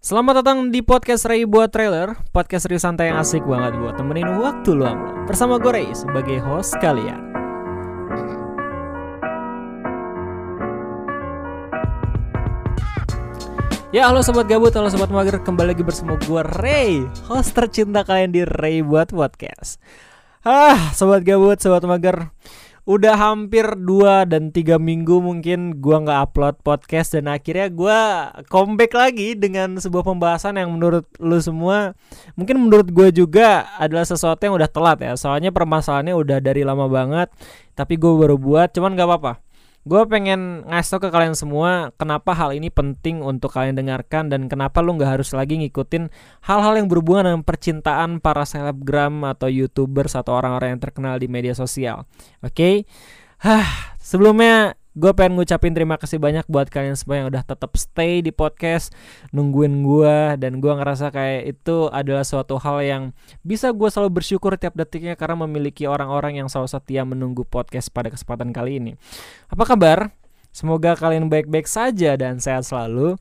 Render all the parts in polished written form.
Selamat datang di podcast Ray buat trailer, podcast serius santai yang asik banget buat temenin waktu luang lo. Bersama gue Ray sebagai host kalian. Ya halo sobat gabut, halo sobat mager, kembali lagi bersama gue Ray, host tercinta kalian di Ray buat podcast. Sobat gabut, sobat mager, udah hampir 2 dan 3 minggu mungkin gue gak upload podcast. Dan akhirnya gue comeback lagi dengan sebuah pembahasan yang menurut lu semua, mungkin menurut gue juga adalah sesuatu yang udah telat ya. Soalnya permasalahannya udah dari lama banget, tapi gue baru buat, cuman gak apa-apa. Gue pengen ngasih tau ke kalian semua kenapa hal ini penting untuk kalian dengarkan, dan kenapa lu gak harus lagi ngikutin hal-hal yang berhubungan dengan percintaan para selebgram atau youtubers atau orang-orang yang terkenal di media sosial. Oke? Sebelumnya gue pengen ngucapin terima kasih banyak buat kalian semua yang udah tetap stay di podcast, nungguin gue, dan gue ngerasa kayak itu adalah suatu hal yang bisa gue selalu bersyukur tiap detiknya karena memiliki orang-orang yang selalu setia menunggu podcast pada kesempatan kali ini. Apa kabar? Semoga kalian baik-baik saja dan sehat selalu.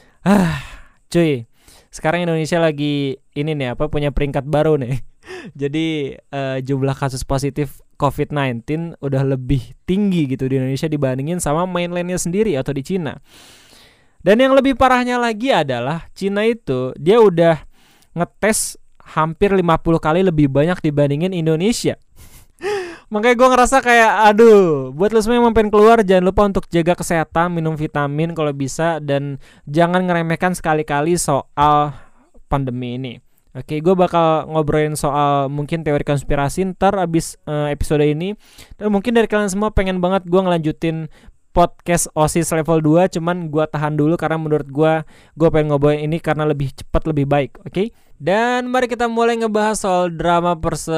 Cuy, sekarang Indonesia lagi punya peringkat baru nih. Jadi jumlah kasus positif COVID-19 udah lebih tinggi gitu di Indonesia dibandingin sama mainlandnya sendiri atau di Cina. Dan yang lebih parahnya lagi adalah Cina itu dia udah ngetes hampir 50 kali lebih banyak dibandingin Indonesia. Makanya gue ngerasa kayak buat lo semua yang pengen keluar, jangan lupa untuk jaga kesehatan, minum vitamin kalau bisa, dan jangan ngeremehkan sekali-kali soal pandemi ini. Oke, gue bakal ngobrolin soal mungkin teori konspirasi ntar abis episode ini. Dan mungkin dari kalian semua pengen banget gue ngelanjutin podcast OSIS level 2. Cuman gue tahan dulu karena menurut gue pengen ngobrolin ini karena lebih cepat, lebih baik. Oke? Dan mari kita mulai ngebahas soal drama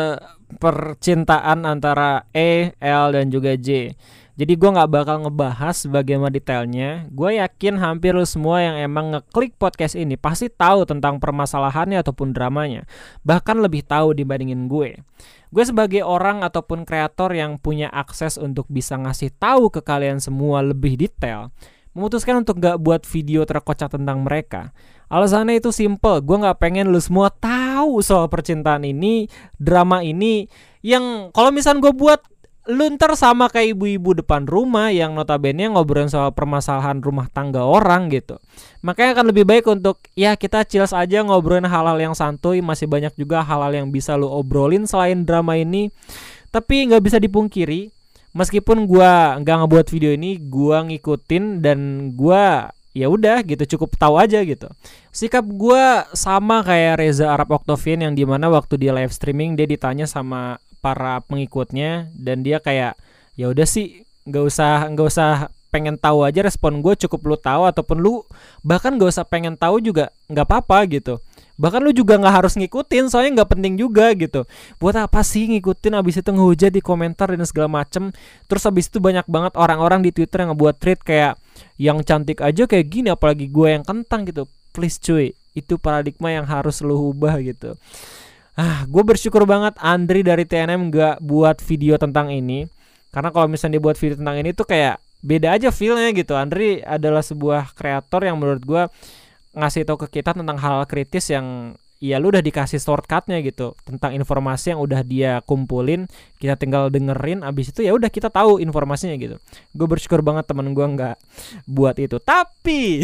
percintaan antara E, L, dan juga J. Jadi gue gak bakal ngebahas bagaimana detailnya. Gue yakin hampir lo semua yang emang ngeklik podcast ini pasti tahu tentang permasalahannya ataupun dramanya. Bahkan lebih tahu dibandingin gue. Gue sebagai orang ataupun kreator yang punya akses untuk bisa ngasih tahu ke kalian semua lebih detail, memutuskan untuk gak buat video terkocak tentang mereka. Alasannya itu simple, gue gak pengen lo semua tahu soal percintaan ini, drama ini, yang kalau misalnya gue buat, lu ntar sama kayak ibu-ibu depan rumah yang notabene ngobrolin soal permasalahan rumah tangga orang gitu. Makanya akan lebih baik untuk ya kita chills aja ngobrolin hal-hal yang santuy. Masih banyak juga hal-hal yang bisa lu obrolin selain drama ini. Tapi gak bisa dipungkiri, meskipun gua gak ngebuat video ini, gua ngikutin dan gua ya udah gitu, cukup tahu aja gitu. Sikap gua sama kayak Reza Arab Octavian yang dimana waktu dia live streaming dia ditanya sama para pengikutnya dan dia kayak ya udah sih nggak usah pengen tahu aja, respon gue cukup lu tahu, ataupun lu bahkan nggak usah pengen tahu juga nggak apa-apa gitu. Bahkan lu juga nggak harus ngikutin, soalnya nggak penting juga gitu. Buat apa sih ngikutin, abis itu ngehujat di komentar dan segala macem. Terus abis itu banyak banget orang-orang di Twitter yang ngebuat tweet kayak yang cantik aja kayak gini, apalagi gue yang kentang gitu. Please cuy, itu paradigma yang harus lu ubah gitu. Gue bersyukur banget Andri dari TNM gak buat video tentang ini. Karena kalau misalnya dia buat video tentang ini tuh kayak beda aja feelnya gitu. Andri adalah sebuah kreator yang menurut gue ngasih tau ke kita tentang hal kritis yang ya lu udah dikasih shortcutnya gitu, tentang informasi yang udah dia kumpulin, kita tinggal dengerin, abis itu ya udah kita tahu informasinya gitu. Gue bersyukur banget teman gue nggak buat itu. Tapi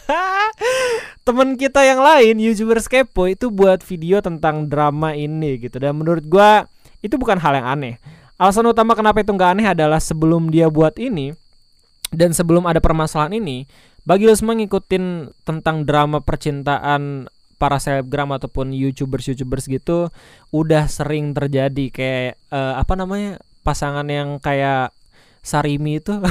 teman kita yang lain, YouTubers kepo, itu buat video tentang drama ini gitu. Dan menurut gue itu bukan hal yang aneh. Alasan utama kenapa itu nggak aneh adalah sebelum dia buat ini dan sebelum ada permasalahan ini, bagi lo semua ngikutin tentang drama percintaan para selebgram ataupun youtubers gitu udah sering terjadi. Kayak pasangan yang kayak Sarimi itu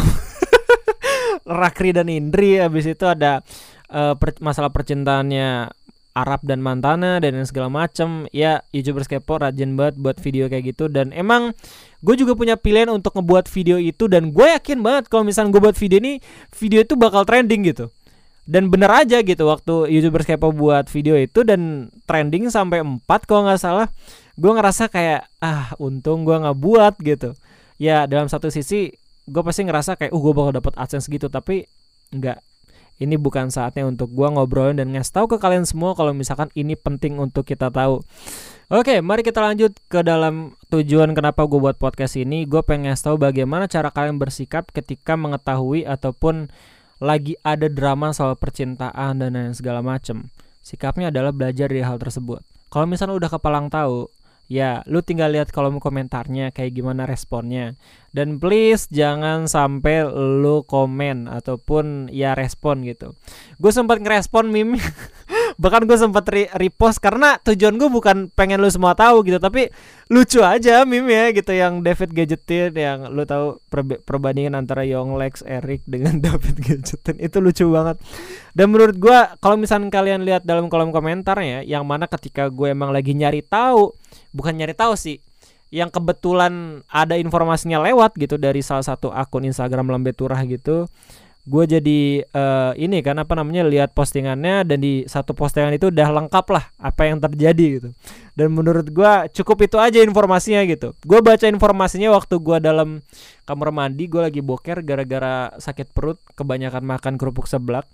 Rakri dan Indri. Habis itu ada masalah percintaannya Arab dan Mantana dan segala macem. Ya YouTubers kepo rajin banget buat video kayak gitu. Dan emang gue juga punya pilihan untuk ngebuat video itu, dan gue yakin banget kalau misalnya gue buat video ini, video itu bakal trending gitu. Dan bener aja gitu, waktu YouTubers kepo buat video itu dan trending sampai 4 kalau gak salah. Gue ngerasa kayak untung gue gak buat gitu. Ya dalam satu sisi gue pasti ngerasa kayak gue bakal dapet AdSense gitu, tapi enggak. ini bukan saatnya untuk gue ngobrolin dan ngasih tahu ke kalian semua kalau misalkan ini penting untuk kita tahu. Oke, mari kita lanjut ke dalam tujuan kenapa gue buat podcast ini. Gue pengen ngasih tahu bagaimana cara kalian bersikap ketika mengetahui ataupun lagi ada drama soal percintaan dan lain segala macem. Sikapnya adalah belajar dari hal tersebut. Kalau misalnya udah kepalang tahu, ya lu tinggal lihat kolom komentarnya kayak gimana responnya. Dan please jangan sampai lu komen ataupun ya respon gitu. Gue sempat ngerespon meme bahkan gue sempat repost karena tujuan gue bukan pengen lu semua tahu gitu, tapi lucu aja meme ya gitu, yang David Gadgetin, yang lu tahu perbandingan antara Yonglex Eric dengan David Gadgetin itu lucu banget. Dan menurut gue kalau misalnya kalian lihat dalam kolom komentarnya, yang mana ketika gue emang lagi nyari tahu, bukan nyari tahu sih, yang kebetulan ada informasinya lewat gitu dari salah satu akun Instagram Lambe Turah gitu, gue jadi ini kan lihat postingannya, dan di satu postingan itu udah lengkap lah apa yang terjadi gitu. Dan menurut gue cukup itu aja informasinya gitu. Gue baca informasinya waktu gue dalam kamar mandi, gue lagi boker gara-gara sakit perut kebanyakan makan kerupuk seblak.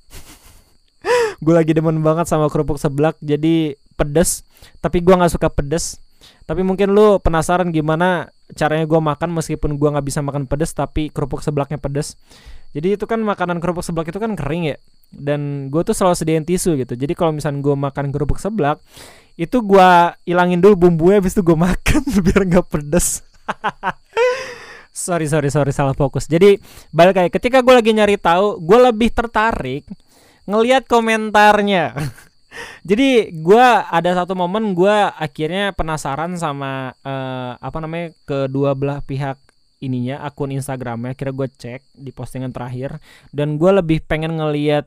Gue lagi demen banget sama kerupuk seblak, jadi pedes, tapi gue nggak suka pedes. Tapi mungkin lu penasaran gimana caranya gue makan meskipun gue nggak bisa makan pedes tapi kerupuk seblaknya pedes. Jadi itu kan makanan kerupuk seblak itu kan kering ya, dan gue tuh selalu sediain tisu gitu. Jadi kalau misalnya gue makan kerupuk seblak, itu gue ilangin dulu bumbunya, habis itu gue makan biar nggak pedes. sorry salah fokus. Jadi balik lagi, ketika gue lagi nyari tahu, gue lebih tertarik ngelihat komentarnya. Jadi gue ada satu momen gue akhirnya penasaran sama kedua belah pihak ininya, akun Instagramnya. Akhirnya gue cek di postingan terakhir, dan gue lebih pengen ngelihat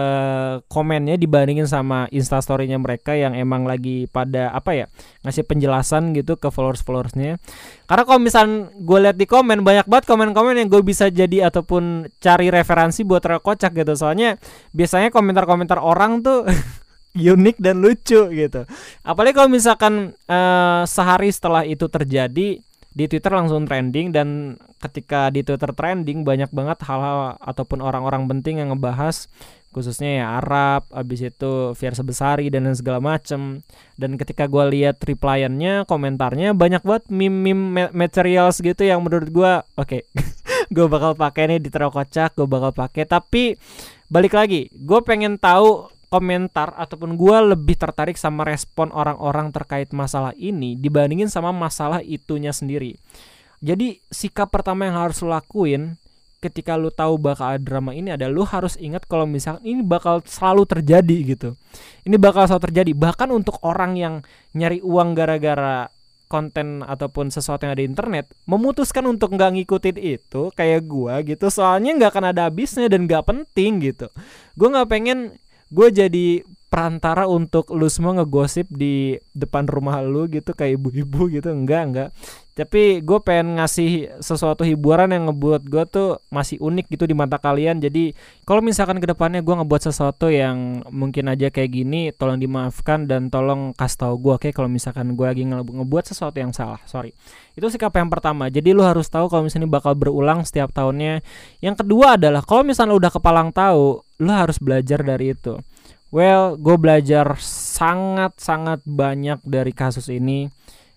komennya dibandingin sama instastorynya mereka yang emang lagi pada ngasih penjelasan gitu ke followersnya. Karena kalau misal gue lihat di komen, banyak banget komen-komen yang gue bisa jadi ataupun cari referensi buat kocak gitu. Soalnya biasanya komentar-komentar orang tuh unik dan lucu gitu. Apalagi kalau misalkan sehari setelah itu terjadi, di Twitter langsung trending. Dan ketika di Twitter trending, banyak banget hal-hal ataupun orang-orang penting yang ngebahas, khususnya ya Arab, abis itu Fiersa Besari dan segala macem. Dan ketika gue lihat replyannya, komentarnya banyak banget meme materials gitu yang menurut gue oke, gue bakal pakai nih di Terokocak, gue bakal pakai. Tapi balik lagi, gue pengen tahu komentar ataupun gue lebih tertarik sama respon orang-orang terkait masalah ini dibandingin sama masalah itunya sendiri. Jadi sikap pertama yang harus lo lakuin ketika lo tahu bakal ada drama ini adalah lo harus ingat kalau misalkan ini bakal selalu terjadi gitu. Ini bakal selalu terjadi, bahkan untuk orang yang nyari uang gara-gara konten ataupun sesuatu yang ada di internet, memutuskan untuk nggak ngikutin itu kayak gue gitu, soalnya nggak akan ada habisnya dan nggak penting gitu. Gue nggak pengen gue jadi perantara untuk lu semua ngegosip di depan rumah lu gitu kayak ibu-ibu gitu. Enggak. Tapi gue pengen ngasih sesuatu hiburan yang ngebuat gue tuh masih unik gitu di mata kalian. Jadi kalau misalkan kedepannya gue ngebuat sesuatu yang mungkin aja kayak gini, tolong dimaafkan dan tolong kasih tau gue, oke? Kalau misalkan gue lagi ngebuat sesuatu yang salah, sorry. Itu sikap yang pertama. Jadi lu harus tahu kalau misalnya bakal berulang setiap tahunnya. Yang kedua adalah kalau misalnya udah kepalang tahu, lu harus belajar dari itu. Well, gue belajar sangat-sangat banyak dari kasus ini.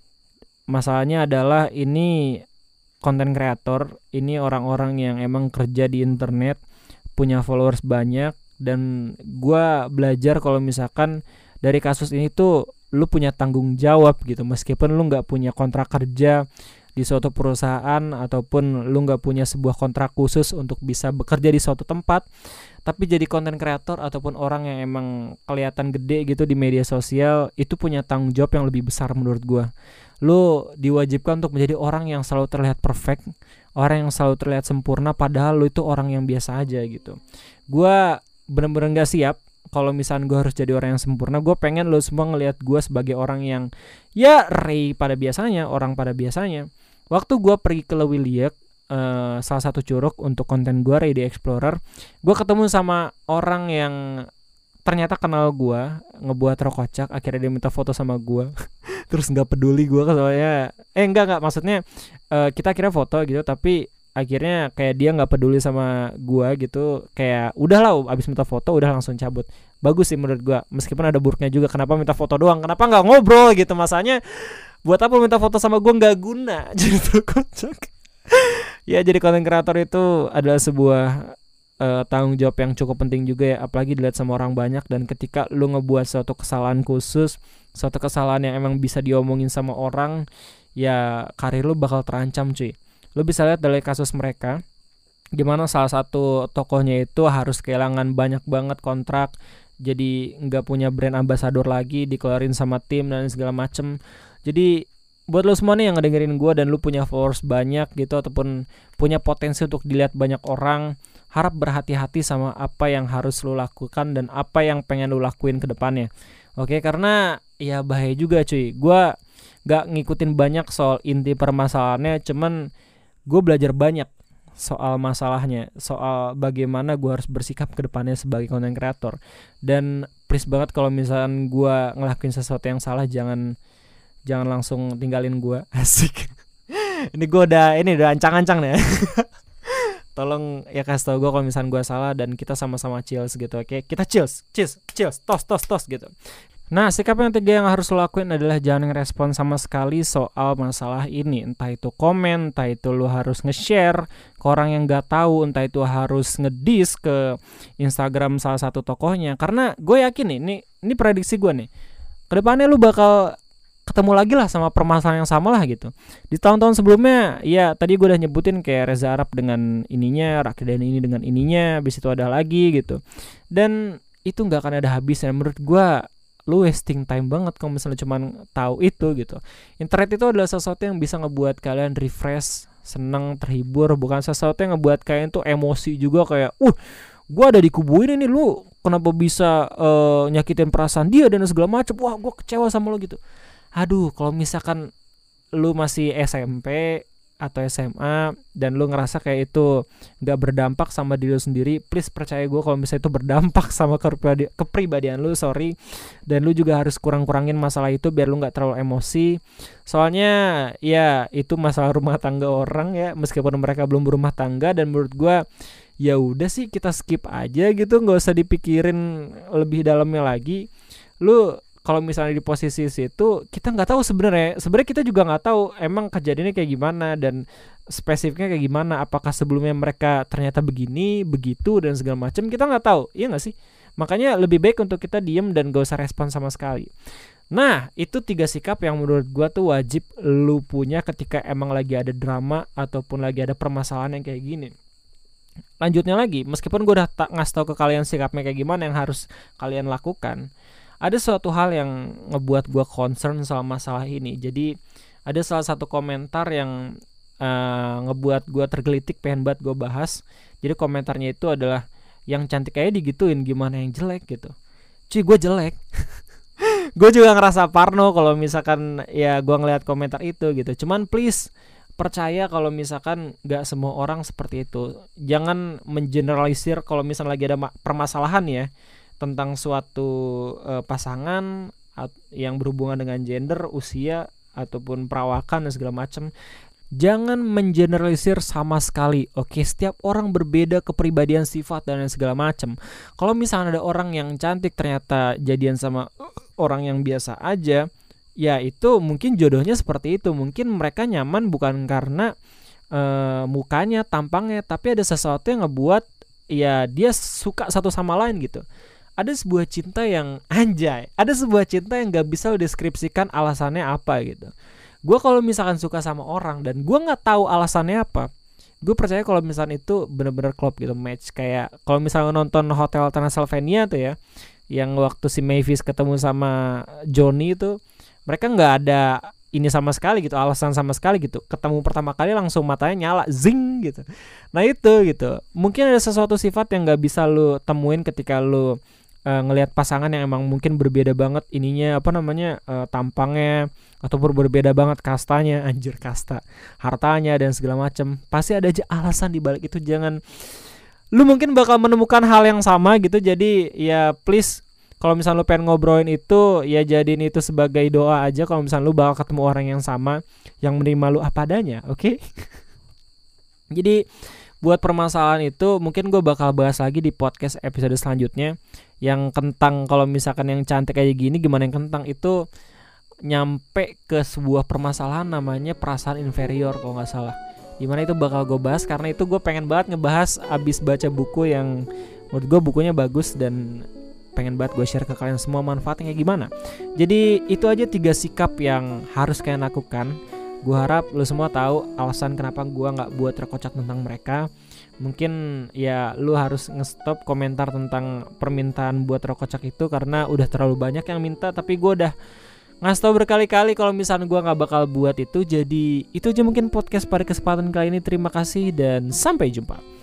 Masalahnya adalah ini konten kreator, ini orang-orang yang emang kerja di internet, punya followers banyak. Dan gue belajar kalau misalkan dari kasus ini tuh lu punya tanggung jawab gitu. Meskipun lu gak punya kontrak kerja di suatu perusahaan ataupun lu gak punya sebuah kontrak khusus untuk bisa bekerja di suatu tempat, tapi jadi konten kreator ataupun orang yang emang kelihatan gede gitu di media sosial, itu punya tanggung jawab yang lebih besar menurut gue. Lu diwajibkan untuk menjadi orang yang selalu terlihat perfect, orang yang selalu terlihat sempurna, padahal lu itu orang yang biasa aja gitu. Gue bener-bener gak siap kalau misalnya gue harus jadi orang yang sempurna. Gue pengen lu semua ngelihat gue sebagai orang yang ya Ray pada biasanya, orang pada biasanya. Waktu gue pergi ke Lewiliek, salah satu curug untuk konten gue, Ray the Explorer, gue ketemu sama orang yang ternyata kenal gue, ngebuat Terokocak. Akhirnya dia minta foto sama gue. Terus gak peduli gue soalnya enggak maksudnya kita kira foto gitu, tapi akhirnya kayak dia nggak peduli sama gua gitu, kayak udahlah abis minta foto udah langsung cabut. Bagus sih menurut gua, meskipun ada buruknya juga, kenapa minta foto doang, kenapa nggak ngobrol gitu, masanya buat apa minta foto sama gua, nggak guna. Gitu kocak. Ya jadi konten kreator itu adalah sebuah tanggung jawab yang cukup penting juga ya, apalagi dilihat sama orang banyak. Dan ketika lu ngebuat suatu kesalahan khusus, suatu kesalahan yang emang bisa diomongin sama orang, ya karir lu bakal terancam cuy. Lu bisa lihat dari kasus mereka, gimana salah satu tokohnya itu harus kehilangan banyak banget kontrak, jadi nggak punya brand ambassador lagi, dikeluarin sama tim dan segala macem. Jadi buat lo semua nih yang ngedengerin gue dan lu punya followers banyak gitu, ataupun punya potensi untuk dilihat banyak orang, harap berhati-hati sama apa yang harus lu lakukan dan apa yang pengen lu lakuin ke depannya. Oke, karena ya bahaya juga cuy. Gue gak ngikutin banyak soal inti permasalahannya, cuman gue belajar banyak soal masalahnya, soal bagaimana gue harus bersikap ke depannya sebagai content creator. Dan please banget kalau misalkan gue ngelakuin sesuatu yang salah, jangan langsung tinggalin gue. Asik. Ini gue udah ancang-ancang nih. Tolong ya kasih tau gue kalau misalnya gue salah, dan kita sama-sama chills gitu. Oke, kita chills, tos gitu. Nah, sikap yang ketiga yang harus lo lakuin adalah jangan ngerespon sama sekali soal masalah ini. Entah itu komen, entah itu lo harus nge-share ke orang yang gak tahu, entah itu harus ngedis ke Instagram salah satu tokohnya. Karena gue yakin nih, ini prediksi gue nih, kedepannya lo bakal ketemu lagi lah sama permasalahan yang sama lah gitu. Di tahun-tahun sebelumnya ya tadi gue udah nyebutin kayak Reza Arab dengan ininya, Rakyat dan ini dengan ininya, habis itu ada lagi gitu. Dan itu gak akan ada habisnya. Menurut gue lu wasting time banget kalau misalnya cuma tahu itu gitu. Internet itu adalah sesuatu yang bisa ngebuat kalian refresh, senang, terhibur, bukan sesuatu yang ngebuat kalian tuh emosi juga kayak gue ada di kubu ini nih, lu kenapa bisa nyakitin perasaan dia dan segala macam, wah gue kecewa sama lo gitu. Aduh, kalau misalkan lu masih SMP atau SMA dan lu ngerasa kayak itu gak berdampak sama diri lu sendiri, please percaya gue kalau misalnya itu berdampak sama kepribadian lu, sorry. Dan lu juga harus kurang-kurangin masalah itu biar lu gak terlalu emosi. Soalnya ya itu masalah rumah tangga orang ya, meskipun mereka belum berumah tangga. Dan menurut gue ya udah sih kita skip aja gitu, gak usah dipikirin lebih dalamnya lagi. Lu kalau misalnya di posisi situ, kita nggak tahu sebenarnya kita juga nggak tahu emang kejadiannya kayak gimana dan spesifiknya kayak gimana. Apakah sebelumnya mereka ternyata begini, begitu dan segala macam, kita nggak tahu, iya nggak sih? Makanya lebih baik untuk kita diem dan gak usah respon sama sekali. Nah, itu 3 sikap yang menurut gua tuh wajib lu punya ketika emang lagi ada drama ataupun lagi ada permasalahan yang kayak gini. Lanjutnya lagi, meskipun gua udah ngasih tahu ke kalian sikapnya kayak gimana yang harus kalian lakukan, ada suatu hal yang ngebuat gue concern soal masalah ini. Jadi ada salah satu komentar yang ngebuat gue tergelitik, pengen banget gue bahas. Jadi komentarnya itu adalah, yang cantik aja digituin, gimana yang jelek gitu. Cuy, gue jelek. Gue juga ngerasa parno kalau misalkan ya gue ngeliat komentar itu gitu. Cuman please percaya kalau misalkan gak semua orang seperti itu. Jangan mengeneralisir kalau misalnya lagi ada permasalahan ya tentang suatu pasangan yang berhubungan dengan gender, usia ataupun perawakan dan segala macam. Jangan mengeneralisir sama sekali. Oke, setiap orang berbeda kepribadian, sifat dan segala macam. Kalau misalnya ada orang yang cantik ternyata jadian sama orang yang biasa aja, ya itu mungkin jodohnya seperti itu. Mungkin mereka nyaman bukan karena mukanya, tampangnya, tapi ada sesuatu yang ngebuat ya dia suka satu sama lain gitu. Ada sebuah cinta yang ada sebuah cinta yang gak bisa lo deskripsikan alasannya apa gitu. Gue kalau misalkan suka sama orang dan gue nggak tahu alasannya apa, gue percaya kalau misalkan itu benar-benar klop gitu, match. Kayak kalau misalnya nonton Hotel Transylvania tuh ya, yang waktu si Mavis ketemu sama Johnny itu, mereka nggak ada ini sama sekali gitu, alasan sama sekali gitu. Ketemu pertama kali langsung matanya nyala, zing gitu. Nah itu gitu. Mungkin ada sesuatu sifat yang nggak bisa lo temuin ketika lo ngelihat pasangan yang emang mungkin berbeda banget ininya, tampangnya, ataupun berbeda banget kastanya, kasta, hartanya dan segala macam. Pasti ada aja alasan di balik itu. Jangan, lu mungkin bakal menemukan hal yang sama gitu. Jadi ya please, kalau misalnya lu pengen ngobrolin itu, ya jadiin itu sebagai doa aja. Kalau misalnya lu bakal ketemu orang yang sama, yang menerima lu apa adanya, oke? Jadi buat permasalahan itu mungkin gue bakal bahas lagi di podcast episode selanjutnya. Yang kentang, kalau misalkan yang cantik kayak gini gimana yang kentang itu nyampe ke sebuah permasalahan namanya perasaan inferior kalau nggak salah. Dimana itu bakal gue bahas karena itu gue pengen banget ngebahas abis baca buku yang menurut gue bukunya bagus dan pengen banget gue share ke kalian semua manfaatnya kayak gimana. Jadi itu aja 3 sikap yang harus kalian lakukan. Gue harap lu semua tahu alasan kenapa gue gak buat rekocak tentang mereka. Mungkin ya lu harus nge-stop komentar tentang permintaan buat rekocak itu karena udah terlalu banyak yang minta. Tapi gue udah ngasih tau berkali-kali kalau misalnya gue gak bakal buat itu. Jadi itu aja mungkin podcast pada kesempatan kali ini. Terima kasih dan sampai jumpa.